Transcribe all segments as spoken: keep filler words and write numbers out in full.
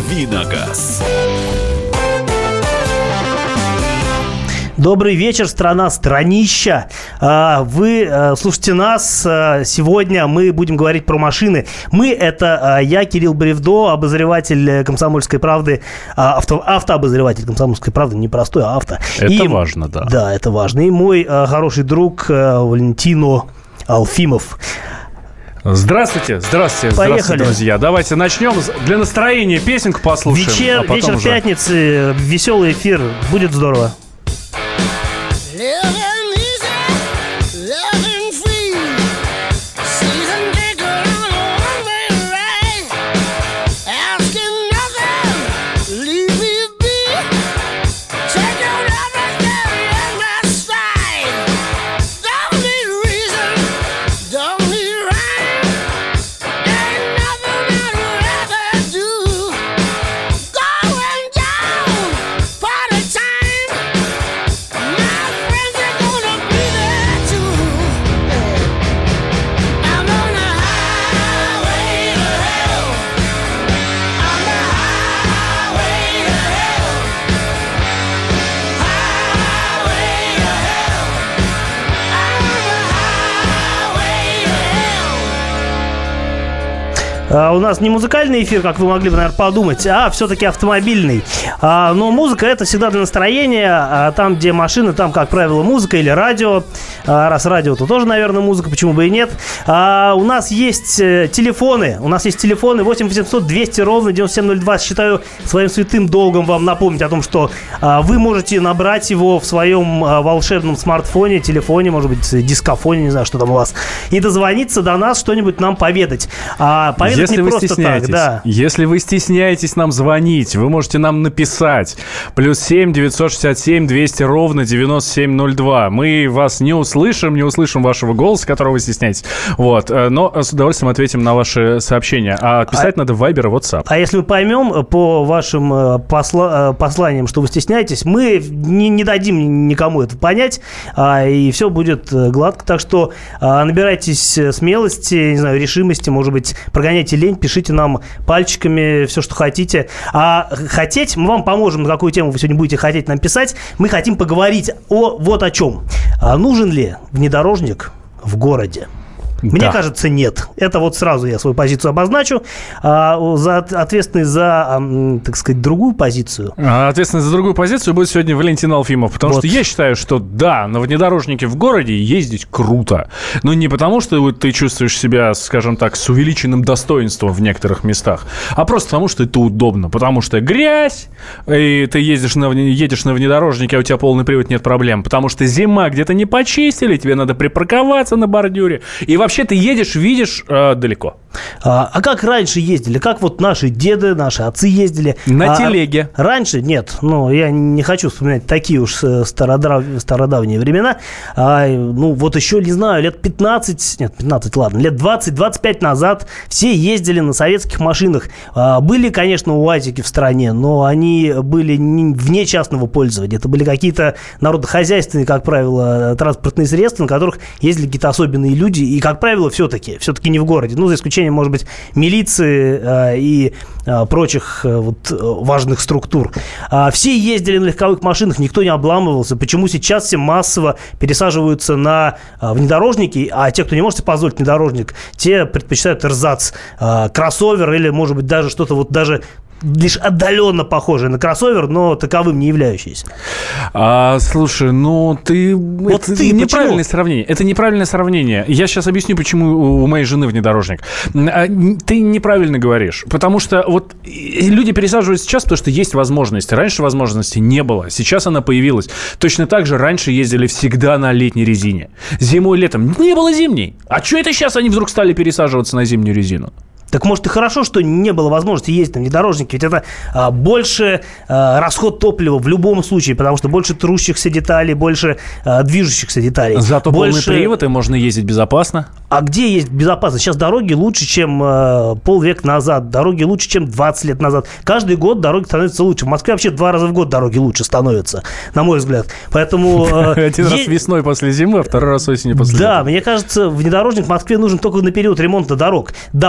«Давиногаз». Добрый вечер, страна, странища. Вы слушаете нас. Сегодня мы будем говорить про машины. Мы — это я, Кирилл Бревдо, обозреватель «Комсомольской правды», авто, автообозреватель «Комсомольской правды», не простой, а авто. Это и, важно, да. Да, это важно. И мой хороший друг Валентино Алфимов. Здравствуйте, здравствуйте, Поехали. Здравствуйте, друзья. Давайте начнем. Для настроения песенку послушаем. Вечер, а потом вечер уже... пятницы, веселый эфир. Будет здорово. Uh, у нас не музыкальный эфир, как вы могли бы, наверное, подумать, а все-таки автомобильный. Uh, но музыка — это всегда для настроения. Uh, там, где машины, там, как правило, музыка или радио. Uh, раз радио, то тоже, наверное, музыка, почему бы и нет. Uh, у нас есть uh, телефоны. У нас есть телефоны восемь восемьсот двести ровно девяносто семь ноль два. Считаю своим святым долгом вам напомнить о том, что uh, вы можете набрать его в своем uh, волшебном смартфоне, телефоне, может быть, дискофоне, не знаю, что там у вас, и дозвониться до нас, что-нибудь нам поведать. Uh, поведать Если не вы просто стесняетесь, так, да. если вы стесняетесь нам звонить, вы можете нам написать. Плюс семь девятьсот шестьдесят семь двести ровно девяносто семь ноль два. Мы вас не услышим, не услышим вашего голоса, которого вы стесняетесь. Вот. Но с удовольствием ответим на ваши сообщения. А писать а, надо в Viber и WhatsApp. А если мы поймем по вашим посла, посланиям, что вы стесняетесь, мы не, не дадим никому это понять, а, и все будет гладко. Так что а, набирайтесь смелости, не знаю, решимости, может быть, прогоняйте лень, пишите нам пальчиками все, что хотите. А хотеть, мы вам поможем, на какую тему вы сегодня будете хотеть нам писать. Мы хотим поговорить о вот о чем. А нужен ли внедорожник в городе? Мне да. кажется, нет. Это вот сразу я свою позицию обозначу. А, за, ответственный за, так сказать, другую позицию. А, ответственный за другую позицию будет сегодня Валентин Алфимов. Потому вот. что я считаю, что да, на внедорожнике в городе ездить круто. Но не потому, что вот, ты чувствуешь себя, скажем так, с увеличенным достоинством в некоторых местах, а просто потому, что это удобно. Потому что грязь, и ты ездишь на, едешь на внедорожнике, а у тебя полный привод, нет проблем. Потому что зима, где-то не почистили, тебе надо припарковаться на бордюре. И вообще Вообще ты едешь, видишь э, далеко. А, а как раньше ездили? Как вот наши деды, наши отцы ездили? На а, телеге. Раньше? Нет. Ну, я не хочу вспоминать такие уж стародрав... стародавние времена. А, ну, вот еще, не знаю, лет пятнадцать, нет, пятнадцать, ладно, лет двадцать-двадцать пять назад все ездили на советских машинах. А, были, конечно, УАЗики в стране, но они были не, вне частного пользования. Это были какие-то народохозяйственные, как правило, транспортные средства, на которых ездили какие-то особенные люди. И, как правило, все-таки, все-таки не в городе. Ну, за исключением, может быть, милиции э, и э, прочих э, вот, важных структур. А, все ездили на легковых машинах, никто не обламывался. Почему сейчас все массово пересаживаются на э, внедорожники, а те, кто не может себе позволить внедорожник, те предпочитают эрзац, э, кроссовер или, может быть, даже что-то вот даже лишь отдаленно похожее на кроссовер, но таковым не являющийся. А, слушай, ну ты... Вот это ты неправильное почему? сравнение. Это неправильное сравнение. Я сейчас объясню, почему у моей жены внедорожник. Ты неправильно говоришь. Потому что вот люди пересаживаются сейчас, потому что есть возможность. Раньше возможности не было. Сейчас она появилась. Точно так же раньше ездили всегда на летней резине. Зимой, летом не было зимней. А что это сейчас они вдруг стали пересаживаться на зимнюю резину? Так может и хорошо, что не было возможности ездить на внедорожнике, ведь это а, больше а, расход топлива в любом случае, потому что больше трущихся деталей, больше а, движущихся деталей. Зато больше... полный привод, и можно ездить безопасно. А где есть безопасность? Сейчас дороги лучше, чем э, полвека назад, дороги лучше, чем двадцать лет назад. Каждый год дороги становятся лучше. В Москве вообще два раза в год дороги лучше становятся, на мой взгляд. Поэтому... Один раз весной после зимы, а второй раз осенью после зимы. Да, мне кажется, внедорожник в Москве нужен только на период ремонта дорог. Да, пожалуй,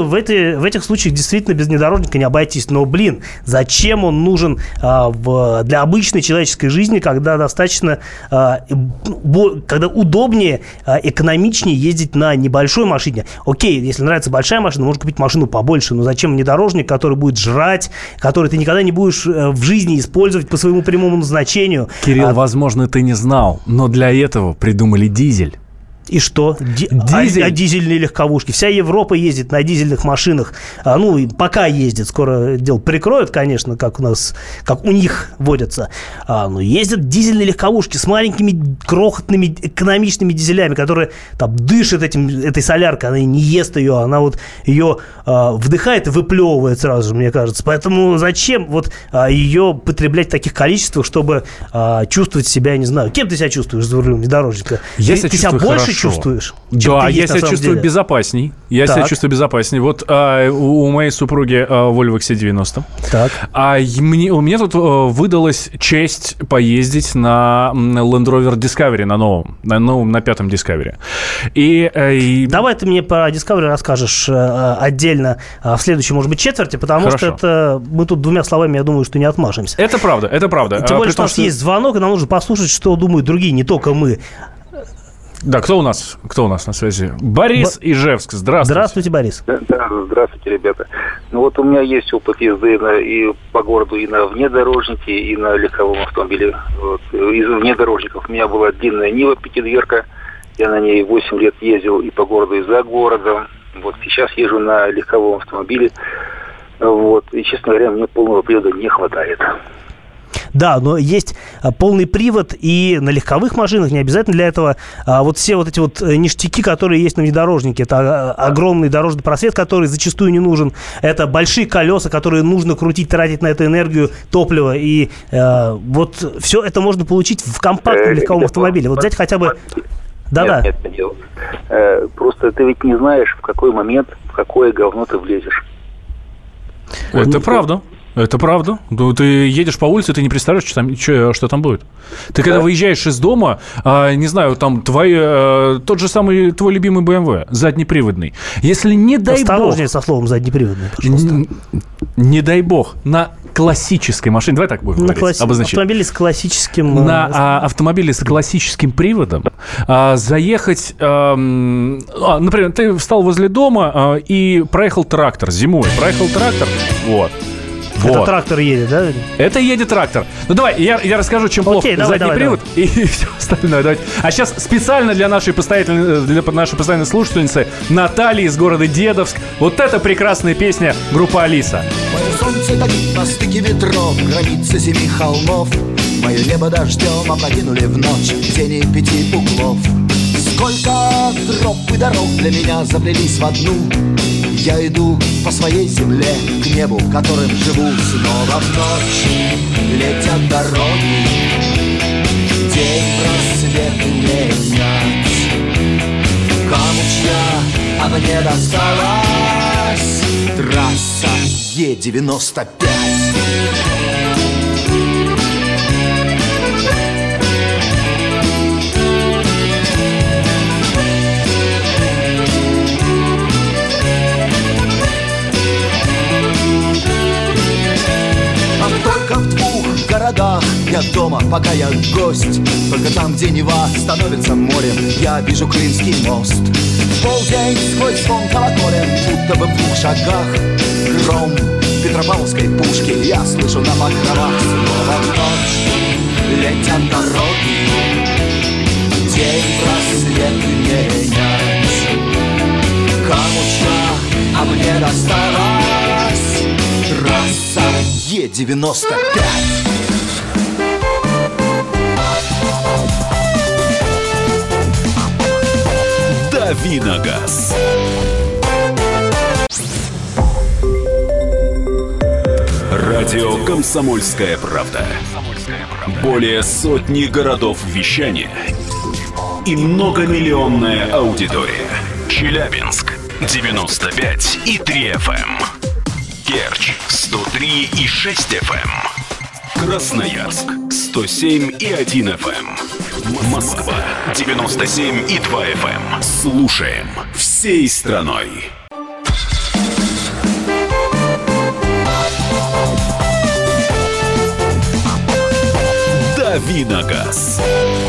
в, эти, в этих случаях действительно без внедорожника не обойтись. Но, блин, зачем он нужен а, в, для обычной человеческой жизни, когда достаточно, а, бо, когда удобнее, а, экономичнее ездить на небольшой машине? Окей, если нравится большая машина, можно купить машину побольше, но зачем внедорожник, который будет жрать, который ты никогда не будешь в жизни использовать по своему прямому назначению? Кирилл, а, возможно, ты не знал, но для этого придумали дизель. И что? Ди- Дизель. А, а дизельные легковушки. Вся Европа ездит на дизельных машинах. А, ну, и пока ездит. Скоро дело прикроют, конечно, как у нас, как у них водятся. А, но ездят дизельные легковушки с маленькими, крохотными, экономичными дизелями, которые там дышат этим, этой соляркой. Она не ест ее, она вот ее а, вдыхает и выплевывает сразу же, мне кажется. Поэтому зачем вот а, ее потреблять в таких количествах, чтобы а, чувствовать себя, не знаю, кем ты себя чувствуешь за рулем внедорожника? Я ты, себя ты себя чувствую больше хорошо. чувствуешь? Да, я себя чувствую деле. безопасней. Я так. себя чувствую безопасней. Вот а, у, у моей супруги а, Volvo икс си девяносто. Так. А мне, у меня тут а, выдалась честь поездить на Land Rover Discovery, на новом, на новом, на пятом Discovery. И, а, и... Давай ты мне про Discovery расскажешь а, отдельно а, в следующей, может быть, четверти, потому Хорошо. что это мы тут двумя словами, я думаю, что не отмажемся. Это правда, это правда. Тем более, а, что у нас что... есть звонок, и нам нужно послушать, что думают другие, не только мы. Да, кто у нас? Кто у нас на связи? Борис Б... Ижевск. Здравствуйте. Здравствуйте, Борис. Да, да, здравствуйте, ребята. Ну вот у меня есть опыт езды на, и по городу и на внедорожнике, и на легковом автомобиле. Вот. Из внедорожников у меня была длинная Нива пятидверка. Я на ней восемь лет ездил и по городу, и за городом. Вот сейчас езжу на легковом автомобиле. Вот. И, честно говоря, мне полного привода не хватает. Да, но есть полный привод и на легковых машинах, не обязательно для этого. А вот все вот эти вот ништяки, которые есть на внедорожнике, это огромный дорожный просвет, который зачастую не нужен. Это большие колеса, которые нужно крутить, тратить на эту энергию, топливо. И э, вот все это можно получить в компактном легковом автомобиле. Вот взять хотя бы... Да-да. Нет, нет, нет. Э, просто ты ведь не знаешь, в какой момент, в какое говно ты влезешь. Это ну, правда. Это правда. Ну, ты едешь по улице, ты не представляешь, что там, что, что там будет. Ты да. когда выезжаешь из дома, а, не знаю, там твой, а, тот же самый твой любимый бэ эм вэ, заднеприводный. Если не дай бог... Осторожнее со словом заднеприводный, пожалуйста. Не, не дай бог, на классической машине, давай так будем на говорить, класс... обозначить. Автомобиле с классическим... На а, автомобиле с классическим приводом а, заехать... А, а, например, ты встал возле дома а, и проехал трактор зимой. Проехал трактор, вот. Вот. Это вот. трактор едет, да? Это едет трактор. Ну давай, я, я расскажу, чем Окей, плохо давай, задний давай, привод давай. И все остальное. Давайте. А сейчас специально для нашей постоянной, для нашей постоянной слушательницы Натальи из города Дедовск. Вот эта прекрасная песня группы Алиса. Мое солнце горит на стыке ветров, границы семи холмов. Мое небо дождем опрокинули в ночь тени пяти углов. Сколько троп и дорог для меня заплелись в одну. Я иду по своей земле к небу, которым живу. Снова в ночь летят дороги, день просвет менять. Кому чья, а мне досталась трасса Е девяносто пять. Я дома, пока я гость. Только там, где Нева становится морем, я вижу Крымский мост. В полдень сквозь звон колоколен, будто бы в двух шагах гром Петропавловской пушки я слышу на покровах. Снова в ночь летят дороги, день просвет менять. Кому чья, а мне досталась трасса Е девяносто пять. Давиногаз. Радио «Комсомольская правда». Более сотни городов вещания и многомиллионная аудитория. Челябинск девяносто пять и три эф эм. Керчь сто три и шесть эф эм. Красноярск сто семь и один эф эм. Москва девяносто семь и два эф эм. Слушаем всей страной. «Дави на газ».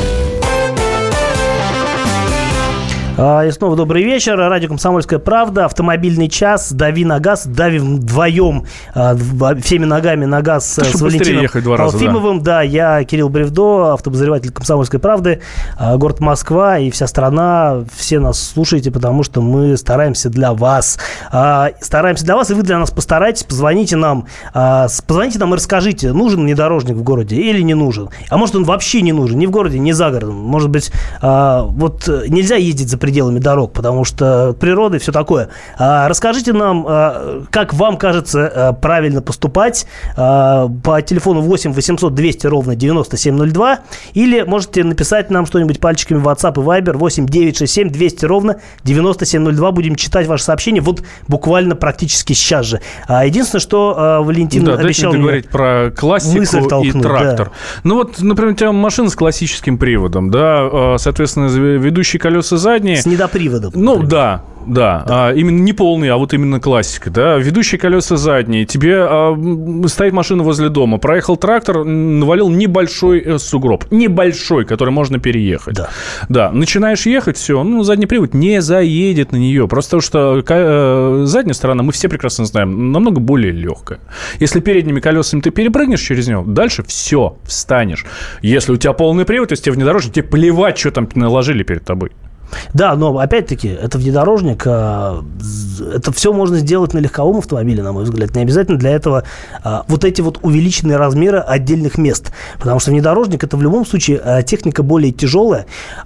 И снова добрый вечер. Радио «Комсомольская правда». Автомобильный час. Дави на газ. Давим вдвоем всеми ногами на газ да, с Валентином Алфимовым. Да. да, я Кирилл Бревдо, автобозреватель «Комсомольской правды», город Москва и вся страна. Все нас слушаете, потому что мы стараемся для вас. Стараемся для вас, и вы для нас постарайтесь. Позвоните нам. Позвоните нам и расскажите, нужен внедорожник в городе или не нужен. А может, он вообще не нужен. Ни в городе, ни за городом. Может быть, вот нельзя ездить за пределами дорог, потому что природа и все такое. А, расскажите нам, а, как вам кажется а, правильно поступать а, по телефону восемь восемьсот двести ровно девяносто семь ноль два, или можете написать нам что-нибудь пальчиками в WhatsApp и Viber восемь девятьсот шестьдесят семь двести ровно девяносто семь ноль два. Будем читать ваши сообщения вот буквально практически сейчас же. А, единственное, что а, Валентин да, обещал мне говорить про классику толкнуть, и трактор. Да. Ну вот, например, у тебя машина с классическим приводом, да, соответственно, ведущие колеса задние. С недоприводом. Ну, например. да. Да, да. А, именно не полный, а вот именно классика, да. Ведущие колеса задние. Тебе а, стоит машина возле дома. Проехал трактор, навалил небольшой э, сугроб. Небольшой, который можно переехать. Да. Да. Начинаешь ехать, все, ну, задний привод не заедет на нее. Просто потому что э, задняя сторона, мы все прекрасно знаем, намного более легкая. Если передними колесами ты перепрыгнешь через него, дальше все, встанешь. Если у тебя полный привод, если тебе внедорожник, тебе плевать, что там наложили перед тобой. Да, но опять-таки, это внедорожник, это все можно сделать на легковом автомобиле, на мой взгляд. Не обязательно для этого вот эти вот увеличенные размеры отдельных мест. Потому что внедорожник – это в любом случае техника более тяжелая,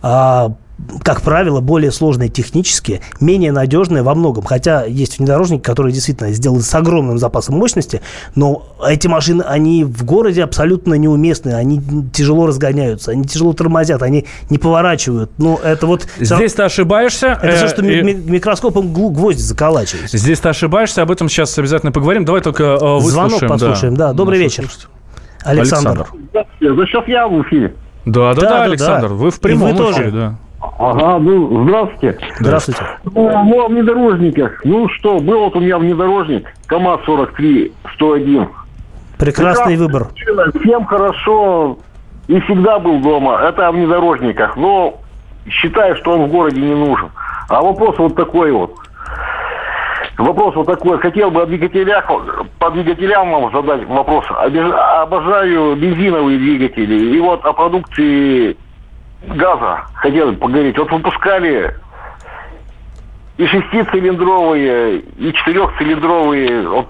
как правило, более сложные технически, менее надежные во многом. Хотя есть внедорожники, которые действительно сделаны с огромным запасом мощности, но эти машины, они в городе абсолютно неуместны, они тяжело разгоняются, они тяжело тормозят, они не поворачивают. Ну, это вот... Здесь ты ошибаешься. Это все, что и... микроскопом гвозди заколачивается. Здесь ты ошибаешься, об этом сейчас обязательно поговорим. Давай только выслушаем. Звонок послушаем, да. да. Добрый Наш вечер. Александр. Александр. За счет я в эфире. Да, да, да, да, Александр, да. Вы в прямом вы эфире, тоже. да. Ага, ну, здравствуйте. Здравствуйте. Ну, о внедорожниках. Ну что, был вот у меня внедорожник КамАЗ сорок три сто один. Прекрасный выбор. Всем хорошо и всегда был дома. Это о внедорожниках. Но считаю, что он в городе не нужен. А вопрос вот такой вот. Вопрос вот такой. Хотел бы о двигателях, по двигателям вам задать вопрос. Обожаю бензиновые двигатели. И вот о продукции газа хотел бы поговорить. Вот выпускали и шестицилиндровые, и четырехцилиндровые. Вот,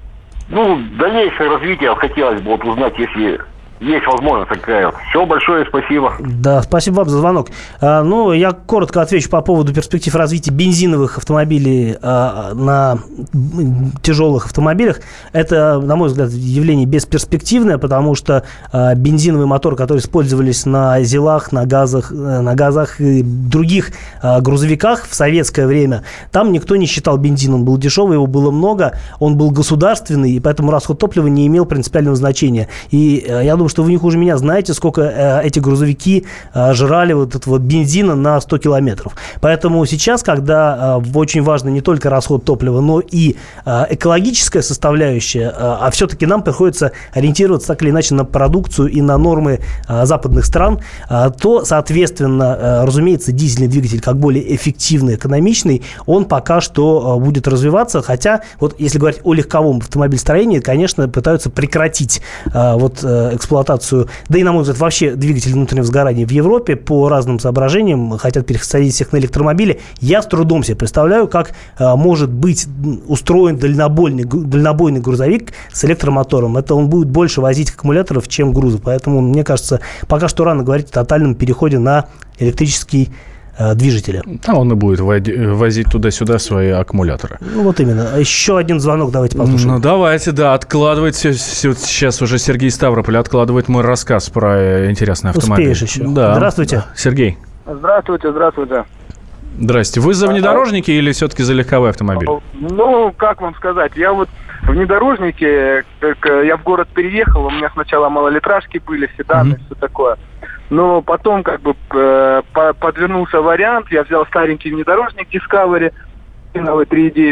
ну, дальнейшее развитие хотелось бы вот узнать, если есть возможность такая. Все, большое спасибо. Да, спасибо вам за звонок. А, ну, я коротко отвечу по поводу перспектив развития бензиновых автомобилей а, на тяжелых автомобилях. Это, на мой взгляд, явление бесперспективное, потому что а, бензиновый мотор, который использовались на ЗИЛах, на газах, на газах и других а, грузовиках в советское время, там никто не считал бензин, он был дешевый, его было много, он был государственный, и поэтому расход топлива не имел принципиального значения. И а, я думаю, что вы не хуже меня знаете, сколько э, эти грузовики э, жрали вот этого бензина на сто километров. Поэтому сейчас, когда э, очень важно не только расход топлива, но и э, экологическая составляющая, э, а все-таки нам приходится ориентироваться так или иначе на продукцию и на нормы э, западных стран, э, то, соответственно, э, разумеется, дизельный двигатель как более эффективный, экономичный, он пока что э, будет развиваться. Хотя, вот если говорить о легковом автомобилестроении, конечно, пытаются прекратить э, вот, э, эксплуатацию, да и, на мой взгляд, вообще двигатель внутреннего сгорания в Европе по разным соображениям хотят пересадить всех на электромобили. Я с трудом себе представляю, как а, может быть устроен дальнобойный, дальнобойный грузовик с электромотором. Это он будет больше возить аккумуляторов, чем грузов. Поэтому, мне кажется, пока что рано говорить о тотальном переходе на электрический движителя. А он и будет возить туда-сюда свои аккумуляторы. Ну, вот именно. Еще один звонок давайте послушаем. Ну, давайте, да, откладывайте. Сейчас уже Сергей Ставрополь откладывает мой рассказ про интересный автомобиль. Успеешь еще. Да. Здравствуйте. Сергей. Здравствуйте, здравствуйте. Здрасте. Вы за внедорожники или все-таки за легковой автомобиль? Ну, как вам сказать, я вот внедорожники, как я в город переехал, у меня сначала малолитражки были, седаны, mm-hmm. все такое. Но потом как бы э, подвернулся вариант, я взял старенький внедорожник Discovery три и девять,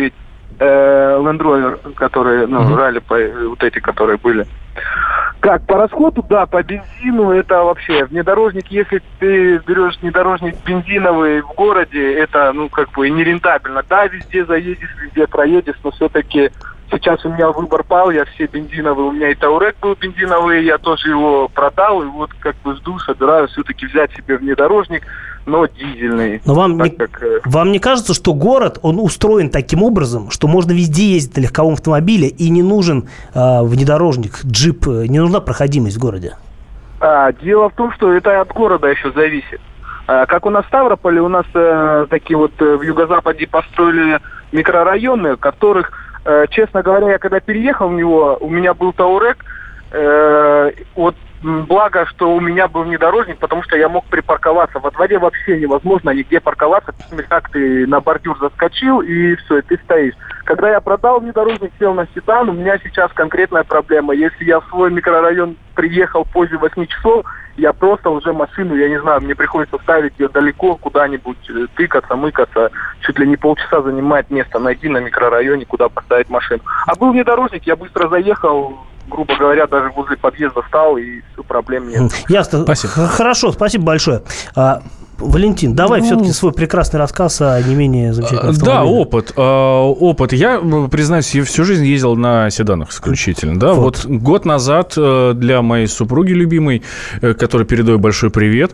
э, Land Rover, которые, ну, mm-hmm. ралли, по, вот эти, которые были. Как, по расходу, да, по бензину это вообще, внедорожник, если ты берешь внедорожник бензиновый в городе, это, ну, как бы нерентабельно. Да, везде заедешь, везде проедешь, но все-таки сейчас у меня выбор пал, я все бензиновые, у меня и Таурек был бензиновый, я тоже его продал, и вот как бы жду, собираюсь все-таки взять себе внедорожник, но дизельный. Но вам, не, как, вам не кажется, что город, он устроен таким образом, что можно везде ездить на легковом автомобиле, и не нужен э, внедорожник, джип, не нужна проходимость в городе? А, дело в том, что это от города еще зависит. А, как у нас в Ставрополе, у нас э, такие вот э, в юго-западе построили микрорайоны, в которых, э, честно говоря, я когда переехал в него, у меня был Таурек, э, вот благо, что у меня был внедорожник, потому что я мог припарковаться. Во дворе вообще невозможно нигде парковаться. Как ты на бордюр заскочил, и все, и ты стоишь. Когда я продал внедорожник, сел на седан, у меня сейчас конкретная проблема. Если я в свой микрорайон приехал позже восьми часов, я просто уже машину, я не знаю, мне приходится ставить ее далеко куда-нибудь, тыкаться, мыкаться. Чуть ли не полчаса занимает место найти на микрорайоне, куда поставить машину. А был внедорожник, я быстро заехал, грубо говоря, даже возле подъезда стал, и все, проблем нет. Ясно. Спасибо. Хорошо, спасибо большое. А, Валентин, давай ну, все-таки свой прекрасный рассказ о не менее замечательном автомобиле. Да, опыт. Опыт. Я, признаюсь, я всю жизнь ездил на седанах исключительно. Да? Вот. вот год назад для моей супруги любимой, которой передаю большой привет,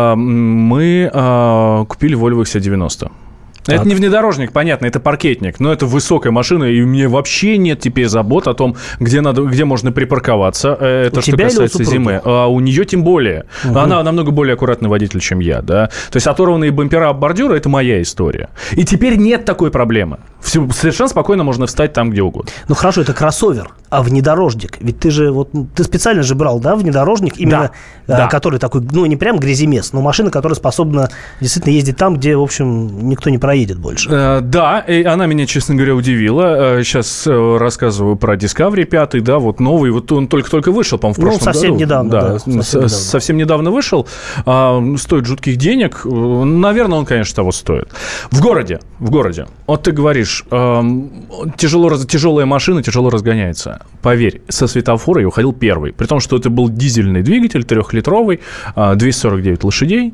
мы купили Volvo икс си девяносто. Так. Это не внедорожник, понятно, это паркетник, но это высокая машина, и у меня вообще нет теперь забот о том, где, надо, где можно припарковаться. Это у что касается зимы. А у нее тем более. Угу. Она намного более аккуратный водитель, чем я. Да? То есть оторванные бампера об бордюры – это моя история. И теперь нет такой проблемы. Все, совершенно спокойно можно встать там, где угодно. Ну хорошо, это кроссовер, а внедорожник? Ведь ты же вот ты специально же брал, да, внедорожник, именно да, а, да. который такой, ну не прям гряземес, но машина, которая способна действительно ездить там, где, в общем, никто не проедет больше. Э, да, и она меня, честно говоря, удивила. Сейчас рассказываю про Discovery пять, да, вот новый, вот он только-только вышел, по-моему, в прошлом ну, совсем году. Недавно, да, да, совсем, с- недавно. совсем недавно вышел. А, стоит жутких денег. Наверное, он, конечно, того стоит. В городе, в городе. Вот ты говоришь, Тяжело, тяжелая машина тяжело разгоняется. Поверь, со светофора я уходил первый. При том, что это был дизельный двигатель, трехлитровый, двести сорок девять лошадей.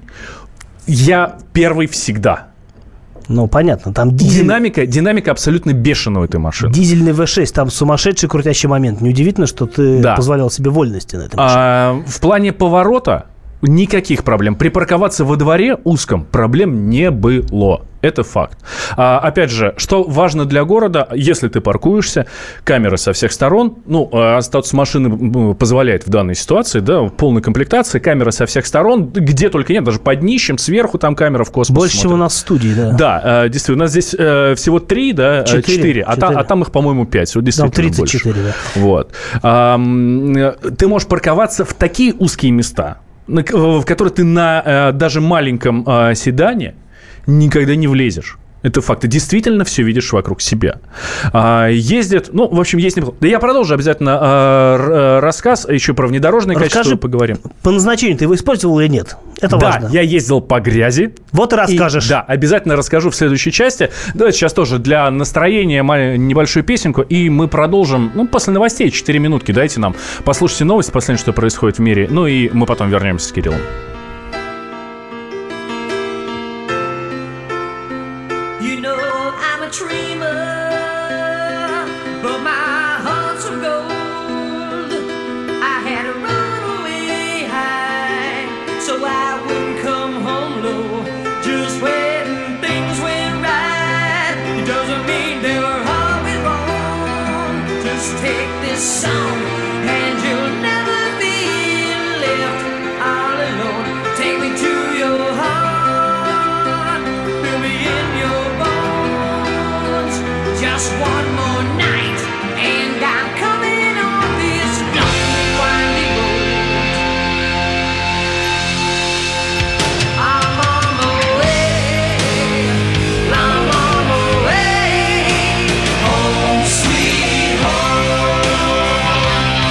Я первый всегда. Ну, понятно, там дизель... Динамика, динамика абсолютно бешеная у этой машины. Дизельный вэ шесть, там сумасшедший крутящий момент. Неудивительно, что ты да. позволял себе вольности на этой машине. А, в плане поворота никаких проблем. Припарковаться во дворе узком проблем не было. Это факт. А, опять же, что важно для города, если ты паркуешься, камеры со всех сторон, ну, статус машины позволяет в данной ситуации, да, полной комплектации, камеры со всех сторон, где только нет, даже под днищем, сверху там камера в космос Больше, смотрит. чем у нас в студии, да. Да, действительно, у нас здесь э, всего три, да, четыре, а, та, а там их, по-моему, пять, вот действительно там тридцать четыре, больше. Да. Вот. А, ты можешь парковаться в такие узкие места, в которые ты на даже маленьком седане никогда не влезешь. Это факт. Ты действительно все видишь вокруг себя. А, ездит, ну, в общем, есть неплохо. Да я продолжу обязательно а, рассказ еще про внедорожное Расскажи, качество поговорим. По назначению ты его использовал или нет? Это да, важно. Да, я ездил по грязи. Вот и расскажешь. И, да, обязательно расскажу в следующей части. Давайте сейчас тоже для настроения небольшую песенку, и мы продолжим, ну, после новостей, четыре минутки дайте нам. Послушайте новости, последнее, что происходит в мире, ну и мы потом вернемся с Кириллом. You know I'm a dreamer, but my heart's of gold. I had to run away high, so I wouldn't come home low. Just when things went right, it doesn't mean they were always wrong. Just take this song, and you'll never be left all alone. Take me to your heart, fill me in your just one more night, and I'm coming on this lonely, winding road. I'm on my way, I'm on my way, home sweet home.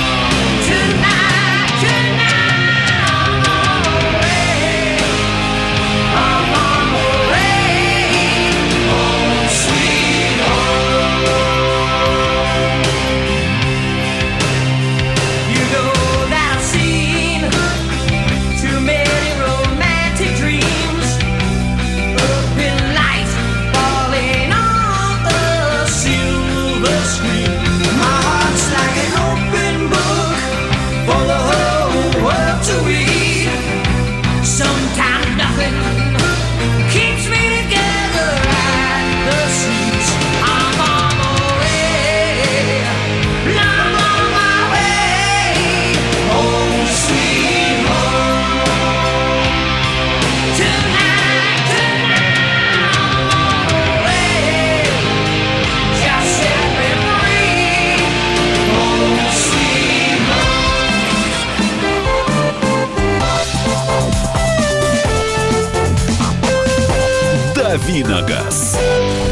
Давиногаз.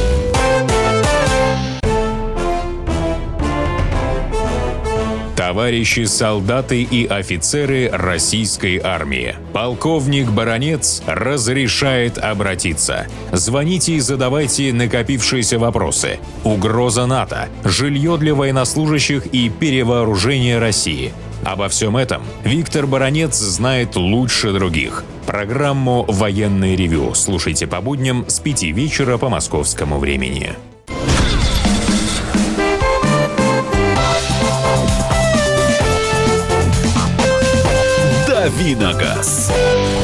Товарищи солдаты и офицеры российской армии, полковник Баранец разрешает обратиться. Звоните и задавайте накопившиеся вопросы. Угроза НАТО, жилье для военнослужащих и перевооружение России. Обо всем этом Виктор Баранец знает лучше других. Программу «Военное ревю» слушайте по будням с пяти вечера по московскому времени. Давиногаз.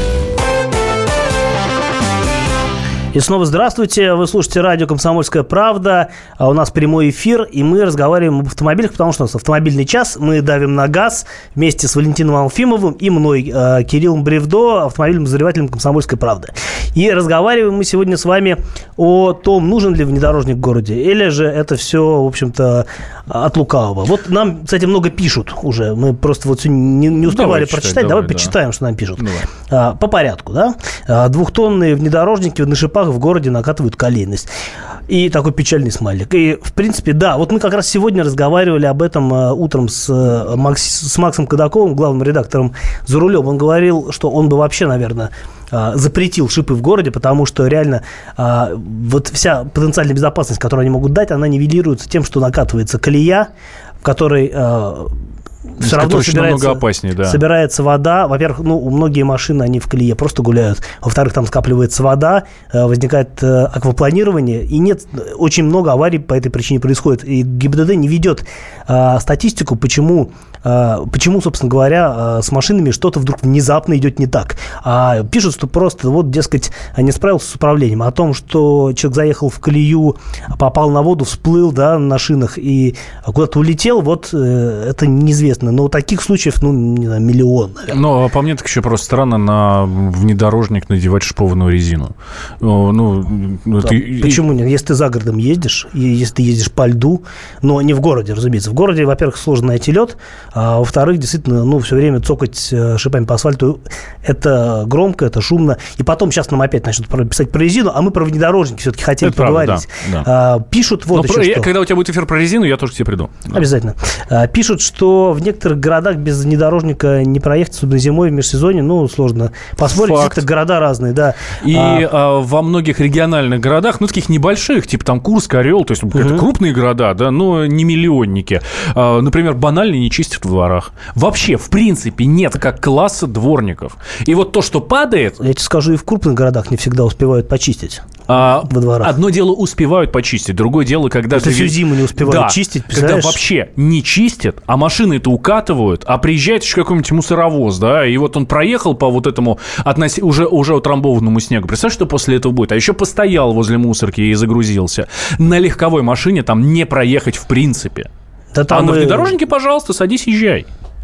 И снова здравствуйте. Вы слушаете радио «Комсомольская правда». А у нас прямой эфир, и мы разговариваем об автомобилях, потому что у нас автомобильный час. Мы давим на газ вместе с Валентином Алфимовым и мной, э, Кириллом Бревдо, автомобильным обозревателем «Комсомольской правды». И разговариваем мы сегодня с вами о том, нужен ли внедорожник в городе, или же это все, в общем-то, от лукавого. Вот нам, кстати, много пишут уже. Мы просто вот не, не успевали давай прочитать. Читать, давай давай почитаем, да. Что нам пишут. А, по порядку, да? А, двухтонные внедорожники на шипах в городе накатывают колейность. И такой печальный смайлик. И, в принципе, да, вот мы как раз сегодня разговаривали об этом uh, утром с, uh, Макс, с Максом Кадаковым, главным редактором «За рулем». Он говорил, что он бы вообще, наверное, uh, запретил шипы в городе, потому что реально uh, вот вся потенциальная безопасность, которую они могут дать, она нивелируется тем, что накатывается колея, в которой... Uh, все равно собирается, опаснее, да. собирается вода. Во-первых, ну, многие машины, они в колее просто гуляют. Во-вторых, там скапливается вода, возникает аквапланирование. И нет, очень много аварий по этой причине происходит. И ГИБДД не ведет а, статистику, почему, а, почему, собственно говоря, а, с машинами что-то вдруг внезапно идет не так. А пишут, что просто, вот, дескать, не справился с управлением. О том, что человек заехал в колею, попал на воду, всплыл, да, на шинах и куда-то улетел, вот это неизвестно. Но таких случаев, ну, не знаю, миллион, наверное. Но по мне так еще просто странно на внедорожник надевать шипованную резину. Ну, да, ты... Почему нет? Если ты за городом ездишь, и если ты ездишь по льду, но не в городе, разумеется. В городе, во-первых, сложно найти лед, а во-вторых, действительно, ну, все время цокать шипами по асфальту, это громко, это шумно. И потом сейчас нам опять начнут писать про резину, а мы про внедорожники все-таки хотели это поговорить. Правда, да, да. А, пишут вот но еще про... что. Когда у тебя будет эфир про резину, я тоже к тебе приду. Обязательно. А, пишут, что в некоторых городах без внедорожника не проехать, особенно зимой в межсезонье, ну, сложно поспорить. Это города разные, да. И а... А, во многих региональных городах, ну, таких небольших, типа там Курск, Орел, то есть угу. это крупные города, да, но не миллионники. А, например, банально не чистят в дворах. Вообще, в принципе, нет как класса дворников. И вот то, что падает... Я тебе скажу, и в крупных городах не всегда успевают почистить. А, во дворах. Одно дело успевают почистить, другое дело, когда... Это всю зиму не успевают да, чистить, когда вообще не чистят, а машины-то укатывают, а приезжает еще какой-нибудь мусоровоз, да, и вот он проехал по вот этому относ... уже, уже утрамбованному снегу. Представляешь, что после этого будет? А еще постоял возле мусорки и загрузился. На легковой машине там не проехать в принципе. Да там а на внедорожнике, и... пожалуйста, садись, езжай.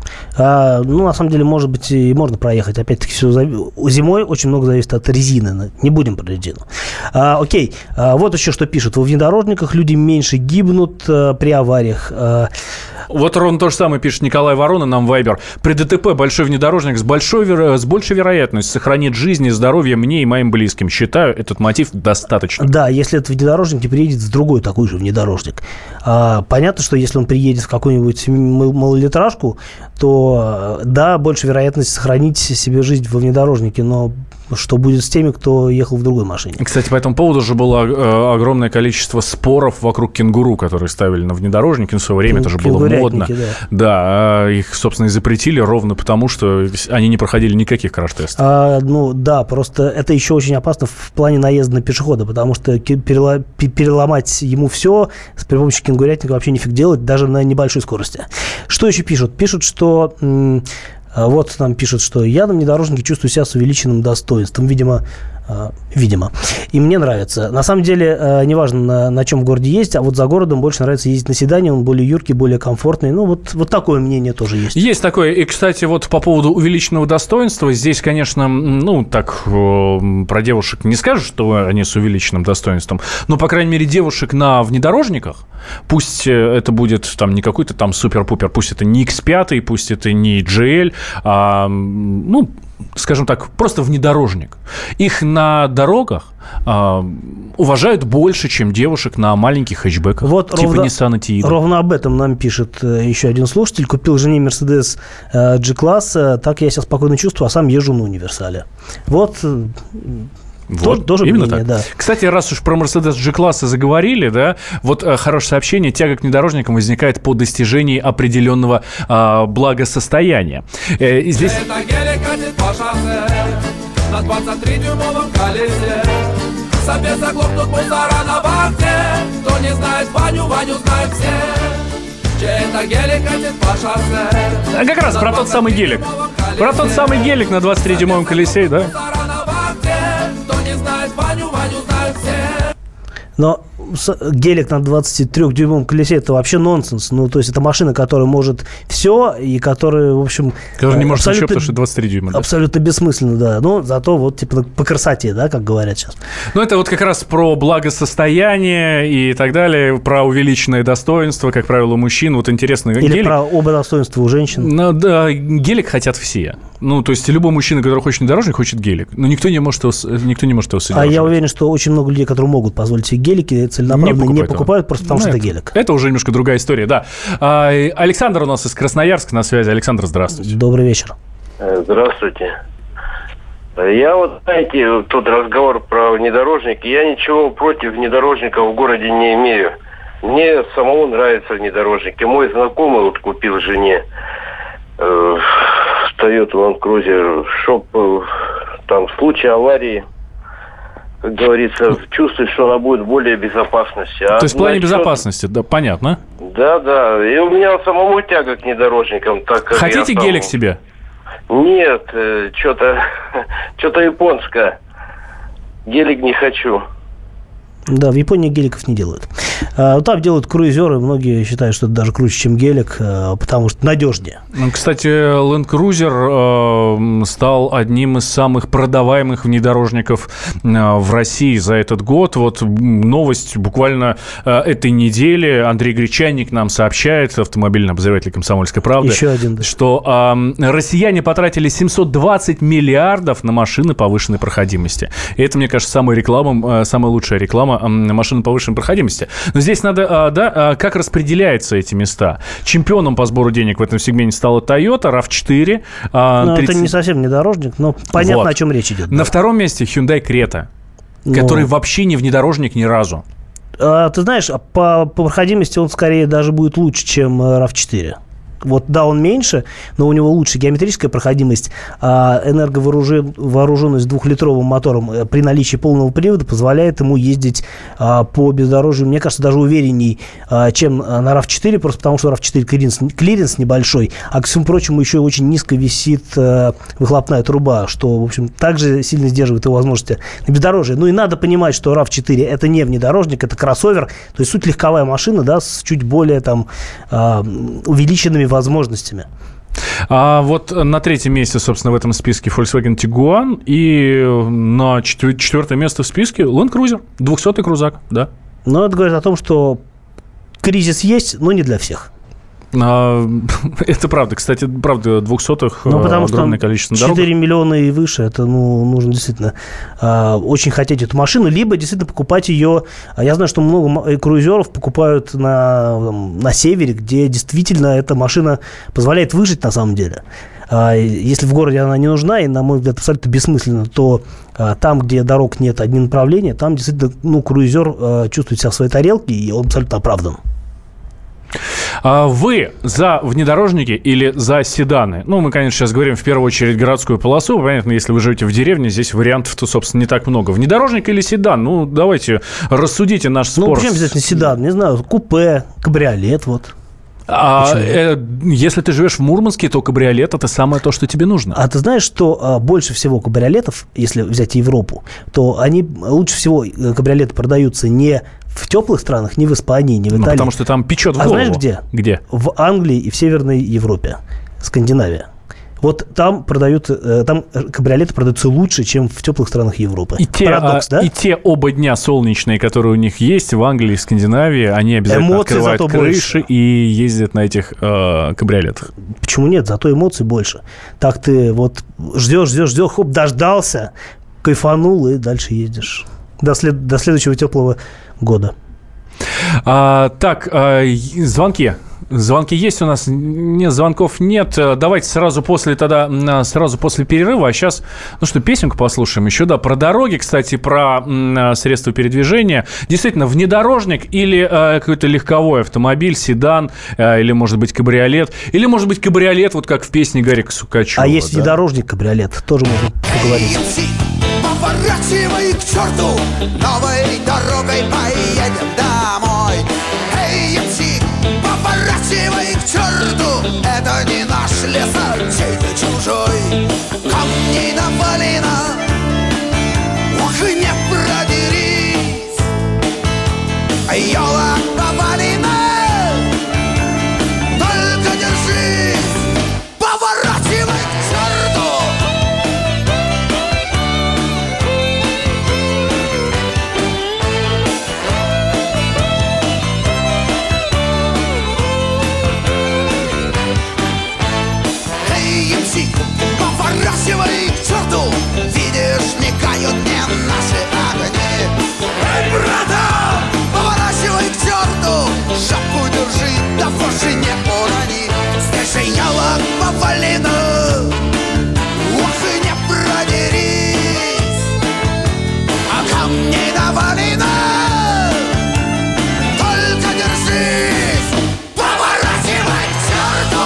А, ну, на самом деле, может быть, и можно проехать. Опять-таки, все зав... зимой очень много зависит от резины. Не будем про резину. А, окей. А, вот еще что пишут. Во внедорожниках люди меньше гибнут а, при авариях. А... Вот ровно то же самое пишет Николай Ворона нам в Вайбер. При ДТП большой внедорожник с, большой, с большей вероятностью сохранит жизнь и здоровье мне и моим близким. Считаю, этот мотив достаточно. Да, если этот внедорожник приедет в другой такой же внедорожник. А, понятно, что если он приедет в какую-нибудь малолитражку, то, да, больше вероятность сохранить себе жизнь во внедорожнике, но что будет с теми, кто ехал в другой машине? Кстати, по этому поводу же было э, огромное количество споров вокруг кенгуру, которые ставили на внедорожники. На свое время это же было модно. Да, да, их, собственно, и запретили ровно потому, что они не проходили никаких краш-тестов. А, ну, да, просто это еще очень опасно в плане наезда на пешехода, потому что переломать ему все при помощи кенгурятника вообще нифиг делать, даже на небольшой скорости. Что еще пишут? Пишут, что... М- Вот нам пишут, что я на внедорожнике чувствую себя с увеличенным достоинством. Видимо, э, видимо. И мне нравится. На самом деле, э, неважно, на, на чем в городе ездить, а вот за городом больше нравится ездить на седане. Он более юркий, более комфортный. Ну, вот, вот такое мнение тоже есть. Есть такое. И, кстати, вот по поводу увеличенного достоинства, здесь, конечно, ну, так, э, про девушек не скажешь, что они с увеличенным достоинством, но, по крайней мере, девушек на внедорожниках Пусть это будет там не какой-то там супер-пупер, пусть это не икс пять, пусть это не джи эл, а, ну, скажем так, просто внедорожник. Их на дорогах а, уважают больше, чем девушек на маленьких хэтчбеках, вот типа ровно, Nissan Tiida. Ровно об этом нам пишет еще один слушатель. Купил жене Mercedes G-класс, так я себя спокойно чувствую, а сам езжу на универсале. Вот... Вот, тоже именно мнение, так. Да. Кстати, раз уж про Mercedes G-класса заговорили, да, вот э, хорошее сообщение, тяга к внедорожникам возникает по достижении определенного э, благосостояния. Э, и здесь... Это гелик катит по шоссе на двадцать три дюймовом колесе. Собес заглохнут мусора на вахте. Кто не знает Ваню, Ваню знают все. Это гелик катит по шоссе. А как раз про тот самый гелик. Про тот самый гелик на двадцать три дюймовом колесе, да? Но гелик на двадцатитрёхдюймовом колесе – это вообще нонсенс. Ну, то есть, это машина, которая может все, и которая, в общем… Которая не может ничего, потому что двадцать три дюйма. Да? Абсолютно бессмысленно, да. Но зато вот, типа, по красоте, да, как говорят сейчас. Ну, это вот как раз про благосостояние и так далее, про увеличенное достоинство, как правило, у мужчин. Вот интересно. Или гелик... про оба достоинства у женщин. Ну, да, гелик хотят все. Ну, то есть, любой мужчина, который хочет внедорожник, хочет гелик. Но никто не может его, никто не может его содержать. А я уверен, что очень много людей, которые могут позволить себе гелики, целенаправленно не покупают, не покупают просто потому, ну, что это гелик. Это уже немножко другая история, да. А, Александр у нас из Красноярска на связи. Александр, здравствуйте. Добрый вечер. Здравствуйте. Я вот, знаете, тут разговор про внедорожники. Я ничего против внедорожников в городе не имею. Мне самому нравятся внедорожники. Мой знакомый вот купил жене э, Toyota Land Cruiser, чтоб э, там в случае аварии, как говорится, чувствует, что она будет в более безопасности. А то есть в плане насчет... безопасности, да, понятно. Да, да. И у меня самому тяга к внедорожникам. Так как хотите там... гелик себе? Нет, э, что-то что-то японское. Гелик не хочу. Да, в Японии геликов не делают. Там делают круизеры, многие считают, что это даже круче, чем гелик, потому что надежнее. Кстати, Land Cruiser стал одним из самых продаваемых внедорожников в России за этот год. Вот новость буквально этой недели. Андрей Гречанник нам сообщает, автомобильный обозреватель «Комсомольской правды», Еще один, да. что э, россияне потратили семьсот двадцать миллиардов на машины повышенной проходимости. И это, мне кажется, самая реклама, самая лучшая реклама машины повышенной проходимости. Но здесь надо, да, как распределяются эти места. Чемпионом по сбору денег в этом сегменте стала Toyota рав четыре. Ну, тридцать... это не совсем внедорожник, но понятно, вот. О чем речь идет. На да. втором месте Hyundai Creta, но... который вообще не внедорожник ни разу. А, ты знаешь, по, по проходимости он скорее даже будет лучше, чем рав четыре. Вот, да, он меньше, но у него лучше геометрическая проходимость, а энерговооруженность двухлитровым мотором при наличии полного привода позволяет ему ездить а, по бездорожью, мне кажется, даже уверенней, а, чем на рав четыре, просто потому что рав четыре клиренс, клиренс небольшой, а ко всему прочему еще очень низко висит а, выхлопная труба, что, в общем, также сильно сдерживает его возможности на бездорожье. Ну и надо понимать, что рав четыре это не внедорожник, это кроссовер, то есть суть легковая машина, да, с чуть более там а, увеличенными возможностями. А вот на третьем месте, собственно, в этом списке Volkswagen Tiguan, и на четвертое место в списке Land Cruiser, двухсотый крузак, да. Но это говорит о том, что кризис есть, но не для всех. А, это правда. Кстати, правда, двухсотых ну, огромное количество дорог. четыре миллиона и выше, это ну, нужно действительно а, очень хотеть эту машину, либо действительно покупать ее. Я знаю, что много круизеров покупают на, на севере, где действительно эта машина позволяет выжить на самом деле. А, если в городе она не нужна, и, на мой взгляд, абсолютно бессмысленно, то а, там, где дорог нет, одни направления, там действительно ну, круизер а, чувствует себя в своей тарелке, и он абсолютно оправдан. Вы за внедорожники или за седаны? Ну, мы, конечно, сейчас говорим в первую очередь городскую полосу. Понятно, если вы живете в деревне, здесь вариантов-то, собственно, не так много. Внедорожник или седан? Ну, давайте рассудите наш спор. Ну, почему обязательно седан? Не знаю, купе, кабриолет, вот. А э, если ты живешь в Мурманске, то кабриолет – это самое то, что тебе нужно. А ты знаешь, что а, больше всего кабриолетов, если взять Европу, то они лучше всего кабриолеты продаются не в теплых странах, не в Испании, не в Италии. Ну, потому что там печет в голову. А знаешь где? Где? В Англии и в Северной Европе, Скандинавия. Вот там продают, там кабриолеты продаются лучше, чем в теплых странах Европы. И те, Парадокс, а, да? И те оба дня солнечные, которые у них есть в Англии и Скандинавии, они обязательно эмоций открывают крыши больше. и ездят на этих э, кабриолетах. Почему нет? Зато эмоций больше. Так ты вот ждешь, ждешь, ждешь, хоп, дождался, кайфанул и дальше ездишь. До, след... до следующего теплого года. А, так, а, звонки. Звонки есть у нас? Нет, звонков нет. Давайте сразу после тогда, сразу после перерыва. А сейчас, ну что, песенку послушаем еще, да, про дороги, кстати, про м, средства передвижения. Действительно, внедорожник или э, какой-то легковой автомобиль, седан, э, или, может быть, кабриолет, или, может быть, кабриолет, вот как в песне Гарика Сукачева. А есть да? внедорожник, кабриолет, тоже можно поговорить. Поворачивай к черту, новой дорогой поедем домой. Эй, ямщик, поворачивай к черту, это не наш лес, а чей-то чужой. Камней навалено, ух, не продерись. Ёлок повалено, только держись. Поворачивай к черту. Поворачивай к черту, видишь, мигают мне наши огни. Эй, братан, поворачивай к черту, шапку держи, да вовсе не урони. Здесь же елок повалено, ох, и не продерись. А камней навалено, только держись. Поворачивай к черту.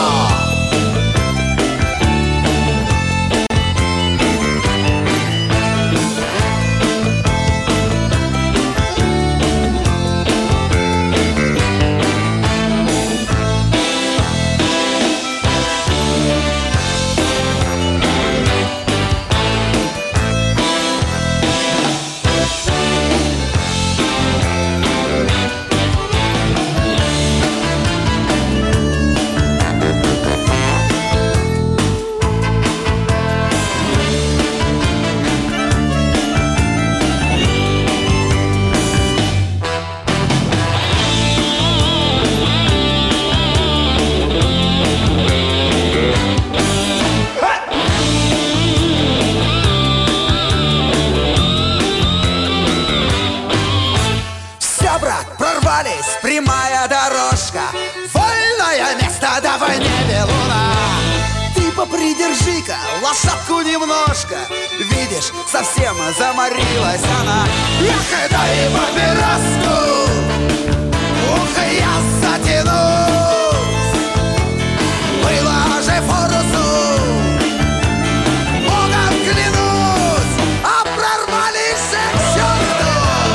Прямая дорожка, вольное место, давай не белуна. Ты попридержи-ка лошадку немножко, видишь, совсем заморилась она. Эх, дай папироску, ух, я затянусь. Было же форусу, Богом клянусь, а прорвались же к черту.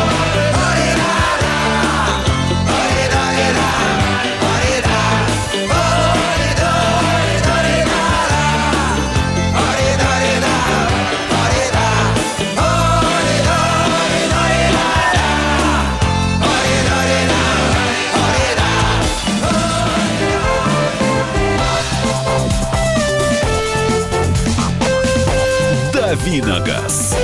«Дави на газ».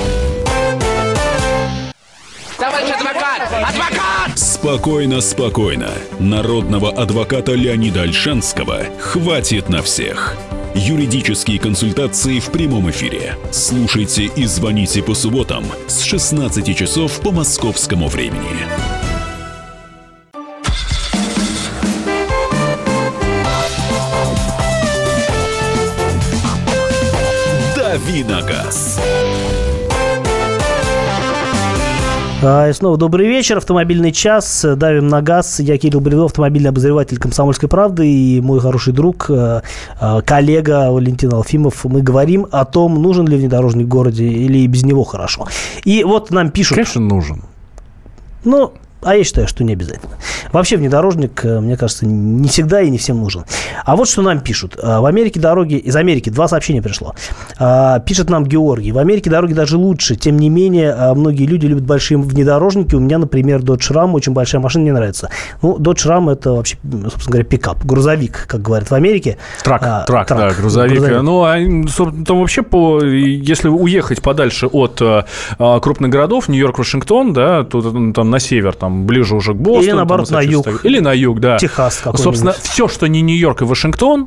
Товарищ адвокат! Адвокат! Спокойно, спокойно. Народного адвоката Леонида Ольшанского хватит на всех. Юридические консультации в прямом эфире. Слушайте и звоните по субботам с шестнадцати часов по московскому времени. «Дави на газ». А, и снова добрый вечер. Автомобильный час. Давим на газ. Я Кирилл Бревдов, автомобильный обозреватель «Комсомольской правды», и мой хороший друг, коллега Валентин Алфимов. Мы говорим о том, нужен ли внедорожник в городе или без него хорошо. И вот нам пишут... Конечно, нужен. Ну, А я считаю, что не обязательно. Вообще внедорожник, мне кажется, не всегда и не всем нужен. А вот что нам пишут. В Америке дороги... Из Америки два сообщения пришло. Пишет нам Георгий. В Америке дороги даже лучше. Тем не менее, многие люди любят большие внедорожники. У меня, например, Dodge Ram. Очень большая машина, мне нравится. Ну, Dodge Ram — это вообще, собственно говоря, пикап. Грузовик, как говорят в Америке. Трак, а, трак, трак, да, грузовик. грузовик. Ну, а, там вообще, по, если уехать подальше от а, крупных городов, Нью-Йорк, Вашингтон, да, то там на север, там ближе уже к Бостону. Или, наоборот, на юг. Или на юг, да. Техас какой-нибудь. Собственно, все, что не Нью-Йорк и Вашингтон,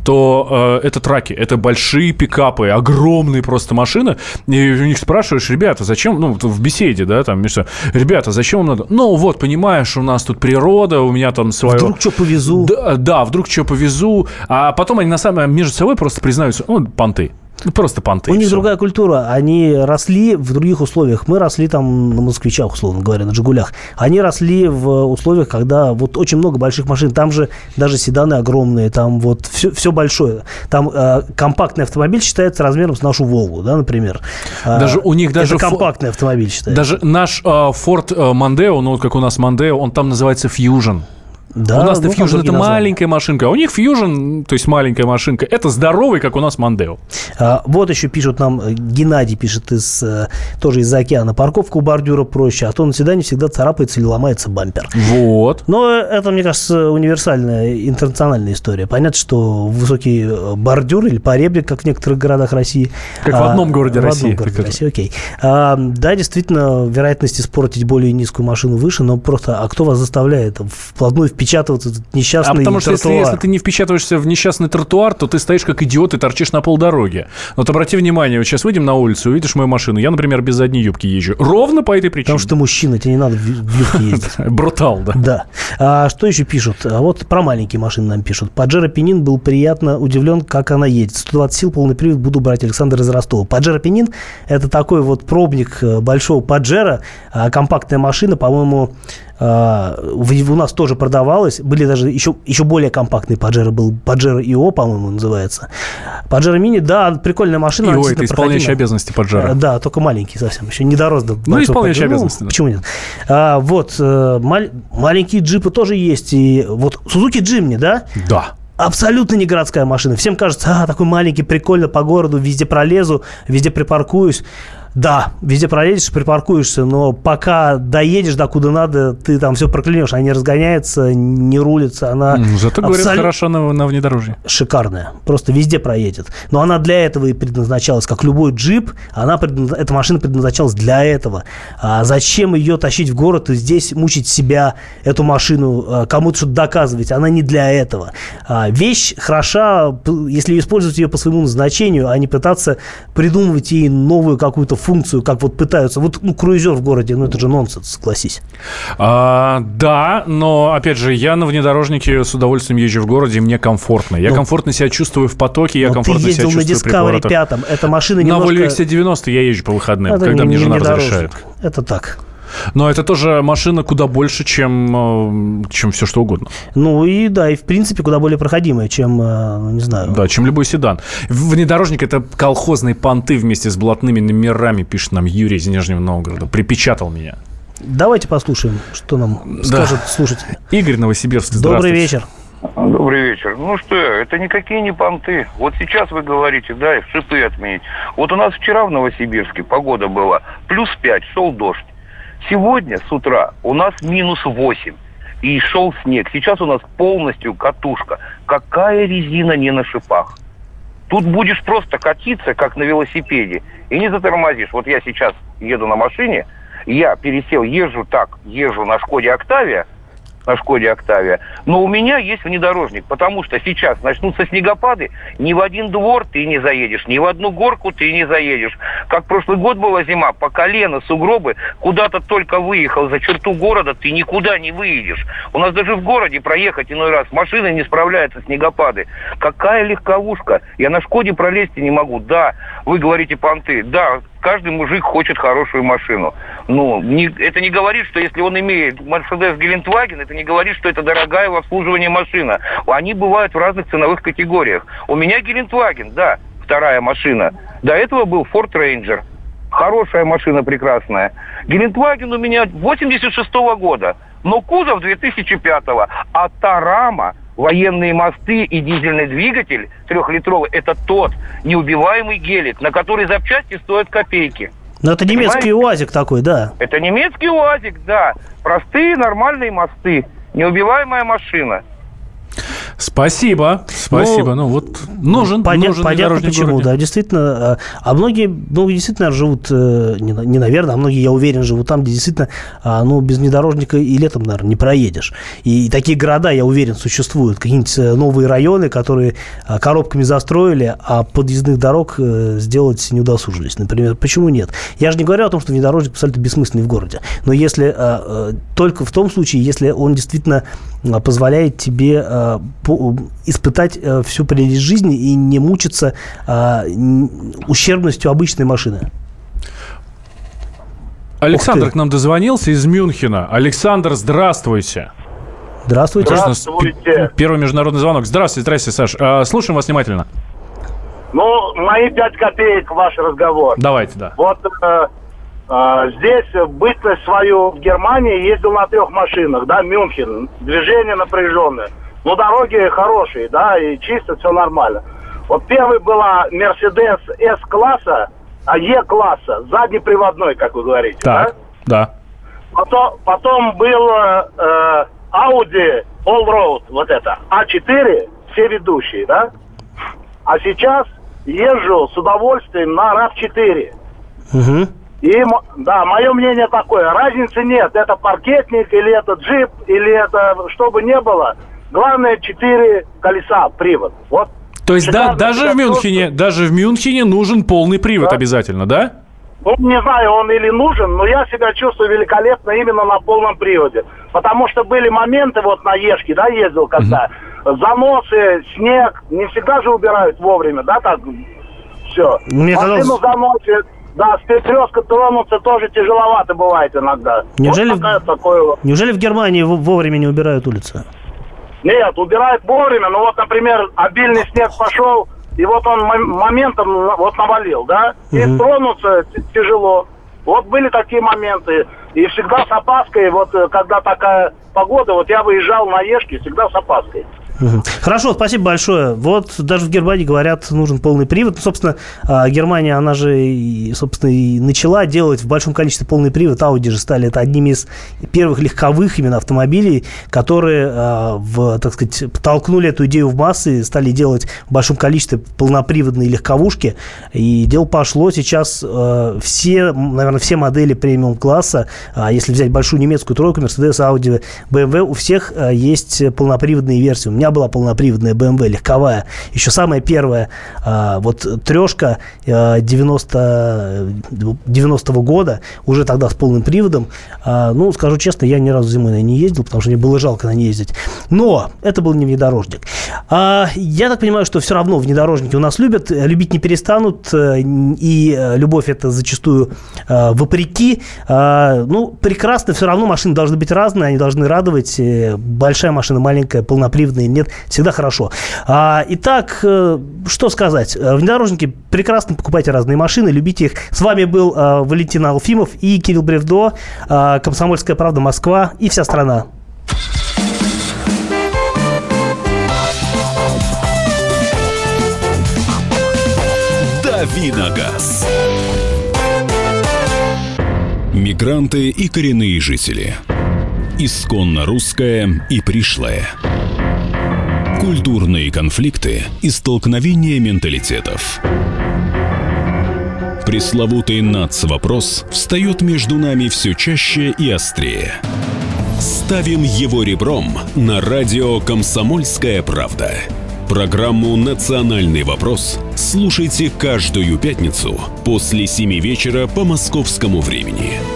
то э, это траки, это большие пикапы, огромные просто машины. И у них спрашиваешь: ребята, зачем, ну, в беседе, да, там, ребята, зачем вам надо? Ну, вот, понимаешь, у нас тут природа, у меня там свое... Вдруг что повезу. Да, да, вдруг что повезу. А потом они на самом деле между собой просто признаются: ну, понты. Просто понты. У них все. другая культура. Они росли в других условиях. Мы росли там на москвичах, условно говоря, на «Жигулях». Они росли в условиях, когда вот очень много больших машин. Там же даже седаны огромные, там вот все, все большое. Там э, компактный автомобиль считается размером с нашу «Волгу», да, например. Даже у них даже... Это компактный автомобиль считается. Даже наш э, Ford Mondeo, ну, как у нас Mondeo, он там называется Fusion. Да, у нас-то ну, Fusion — это названия. маленькая машинка, а у них Fusion, то есть маленькая машинка, это здоровый, как у нас Mondeo. А, вот еще пишут нам, Геннадий пишет из, тоже из-за океана: парковка у бордюра проще, а то на седане всегда царапается или ломается бампер. Вот. Но это, мне кажется, универсальная, интернациональная история. Понятно, что высокий бордюр или поребрик, как в некоторых городах России. Как а, в одном городе в России. В одном городе России, окей. А, да, действительно, вероятность испортить более низкую машину выше, но просто, а кто вас заставляет вплотную впечатлить? Впечатываться в этот несчастный тротуар. А потому что если, если ты не впечатываешься в несчастный тротуар, то ты стоишь как идиот и торчишь на полдороге. Вот обрати внимание, вот сейчас выйдем на улицу, увидишь мою машину. Я, например, без задней юбки езжу. Ровно по этой причине. Потому что ты мужчина, тебе не надо в юбке ездить. Брутал, да. Да. А что еще пишут? А вот про маленькие машины нам пишут. Паджеро Пенин был приятно удивлен, как она едет. сто двадцать сил, полный привод, буду брать. Александр из Ростова. Паджеро Пенин — это такой вот пробник большого Паджеро. Компактная машина, по-моему, у нас тоже продавалась. Были даже еще, еще более компактный Паджеро. Был Паджеро и о, по-моему, называется. Паджеро Мини, да, прикольная машина. и о — это исполняющий обязанности Паджеро. Да, только маленький совсем. Еще не дорос до Ну, исполняющий Паджеро. обязанности. Ну, почему нет? А, вот, мал- маленькие джипы тоже есть. И вот Suzuki Jimny, да? Да. Абсолютно не городская машина. Всем кажется: а, такой маленький, прикольно, по городу, везде пролезу, везде припаркуюсь. Да, везде проедешь, припаркуешься, но пока доедешь до куда надо, ты там все проклянешь. Она не разгоняется, не рулится. Она Зато, говорят, абсол... хорошо на, на внедорожье. Шикарная. Просто везде проедет. Но она для этого и предназначалась. Как любой джип, она предназ... эта машина предназначалась для этого. А зачем ее тащить в город и здесь мучить себя, эту машину, кому-то что-то доказывать? Она не для этого. А вещь хороша, если использовать ее по своему назначению, а не пытаться придумывать ей новую какую-то функцию, как вот пытаются. Вот, ну, круизер в городе, ну, это же нонсенс, согласись. А, да, но, опять же, я на внедорожнике с удовольствием езжу в городе, и мне комфортно. Я ну, комфортно себя чувствую в потоке, я комфортно себя чувствую при поворотах. Ты ездил на Discovery пять, эта машина немножко... На Volvo икс си девяносто я езжу по выходным, это когда не, мне не жена разрешает. Это так. Но это тоже машина куда больше, чем, чем все что угодно. Ну и да, и в принципе куда более проходимая, чем, не знаю... Да, чем любой седан. Внедорожник — это колхозные понты вместе с блатными номерами, пишет нам Юрий из Нижнего Новгорода. Припечатал меня. Давайте послушаем, что нам да. скажет слушатель. Игорь, Новосибирск, здравствуйте. Добрый вечер. Добрый вечер. Ну что, это никакие не понты. Вот сейчас вы говорите, да, шипы отменить. Вот у нас вчера в Новосибирске погода была плюс пять, шел дождь. Сегодня с утра у нас минус восемь. И шел снег. Сейчас у нас полностью катушка. Какая резина не на шипах? Тут будешь просто катиться, как на велосипеде, и не затормозишь. Вот я сейчас еду на машине, я пересел, езжу так, езжу на Шкоде Октавия, на Шкоде Октавия, но у меня есть внедорожник, потому что сейчас начнутся снегопады, ни в один двор ты не заедешь, ни в одну горку ты не заедешь. Как прошлый год была зима, по колено сугробы, куда-то только выехал за черту города, ты никуда не выедешь. У нас даже в городе проехать иной раз машины не справляются, снегопады. Какая легковушка, я на Шкоде пролезть не могу. Да, вы говорите понты, да, каждый мужик хочет хорошую машину. Ну, не, это не говорит, что если он имеет Mercedes Гелендваген, это не говорит, что это дорогая в обслуживании машина. Они бывают в разных ценовых категориях. У меня Гелендваген, да, вторая машина. До этого был Ford Ranger. Хорошая машина, прекрасная. Гелендваген у меня восемьдесят шестого года, но кузов две тысячи пятого. А та рама, военные мосты и дизельный двигатель трехлитровый, это тот неубиваемый гелик, на который запчасти стоят копейки. Ну, это немецкий УАЗик такой, да. Это немецкий УАЗик, да. Простые, нормальные мосты. Неубиваемая машина. Спасибо, спасибо. Ну, ну вот нужен, понятно, нужен понятно почему, да, действительно. А многие, ну, действительно живут, не, не наверное, а многие, я уверен, живут там, где действительно, ну, без внедорожника и летом, наверное, не проедешь. И такие города, я уверен, существуют. Какие-нибудь новые районы, которые коробками застроили, а подъездных дорог сделать не удосужились. Например, почему нет? Я же не говорю о том, что внедорожник абсолютно бессмысленный в городе. Но если только в том случае, если он действительно позволяет тебе испытать э, всю прелесть жизни и не мучиться э, ущербностью обычной машины. Александр к нам дозвонился из Мюнхена. Александр, здравствуйте. Здравствуйте. Здравствуйте. Первый международный звонок. Здравствуйте, здравствуйте, Саш. А, слушаем вас внимательно. Ну, мои пять копеек в ваш разговор. Давайте, да. Вот э, э, здесь быстрость свою в Германии ездил на трех машинах, да, Мюнхен. Движение напряженное. Но дороги хорошие, да, и чисто, все нормально. Вот первый была Mercedes S-класса, а E-класса, заднеприводной, как вы говорите, так, да? Да. Потом, потом был э, Audi Allroad, вот это, а четыре, все ведущие, да? А сейчас езжу с удовольствием на рав четыре. Угу. И, да, мое мнение такое, разницы нет, это паркетник, или это джип, или это, что бы ни было, главное, четыре колеса, привод. Вот. То есть да, даже в Мюнхене, даже в Мюнхене нужен полный привод, да, обязательно, да? Ну, не знаю, он или нужен, но я себя чувствую великолепно именно на полном приводе. Потому что были моменты, вот на Ешке, да, ездил когда, mm-hmm. заносы, снег, не всегда же убирают вовремя, да, так, все. Мне Машину казалось... заносят, да, с перекрестка тронуться тоже тяжеловато бывает иногда. Неужели, вот такая, такое вот. Неужели в Германии вовремя не убирают улицы? Нет, убирают вовремя, но вот, например, обильный снег пошел, и вот он моментом вот навалил, да, и угу. тронуться тяжело. Вот были такие моменты. И всегда с опаской, вот когда такая погода, вот я выезжал на Ешке, всегда с опаской. Угу. Хорошо, спасибо большое. Вот даже в Германии говорят, нужен полный привод. Собственно, Германия, она же, собственно, и начала делать в большом количестве полный привод. Audi же стали это одними из первых легковых именно автомобилей, которые, в, так сказать, подтолкнули эту идею в массы и стали делать в большом количестве полноприводные легковушки. И дело пошло. Сейчас все, наверное, все модели премиум-класса, если взять большую немецкую тройку, Mercedes, Audi, бэ эм вэ, у всех есть полноприводные версии. У меня была полноприводная бэ эм вэ легковая, еще самая первая, а, вот трешка а, девяностого года, уже тогда с полным приводом. А, ну, скажу честно, я ни разу зимой на ней не ездил, потому что мне было жалко на ней ездить. Но это был не внедорожник. А, я так понимаю, что все равно внедорожники у нас любят, любить не перестанут, и любовь это зачастую а, вопреки. А, ну, прекрасно, все равно машины должны быть разные, они должны радовать. Большая машина, маленькая, полноприводная, нет, всегда хорошо. А, итак, что сказать? Внедорожники, прекрасно покупайте разные машины, любите их. С вами был а, Валентин Алфимов и Кирилл Бревдо, а, «Комсомольская правда», Москва и вся страна. Давиногаз. Мигранты и коренные жители. Исконно русское и пришлое. Культурные конфликты и столкновения менталитетов. Пресловутый нацвопрос встает между нами все чаще и острее. Ставим его ребром на радио «Комсомольская правда». Программу «Национальный вопрос» слушайте каждую пятницу после семи вечера по московскому времени.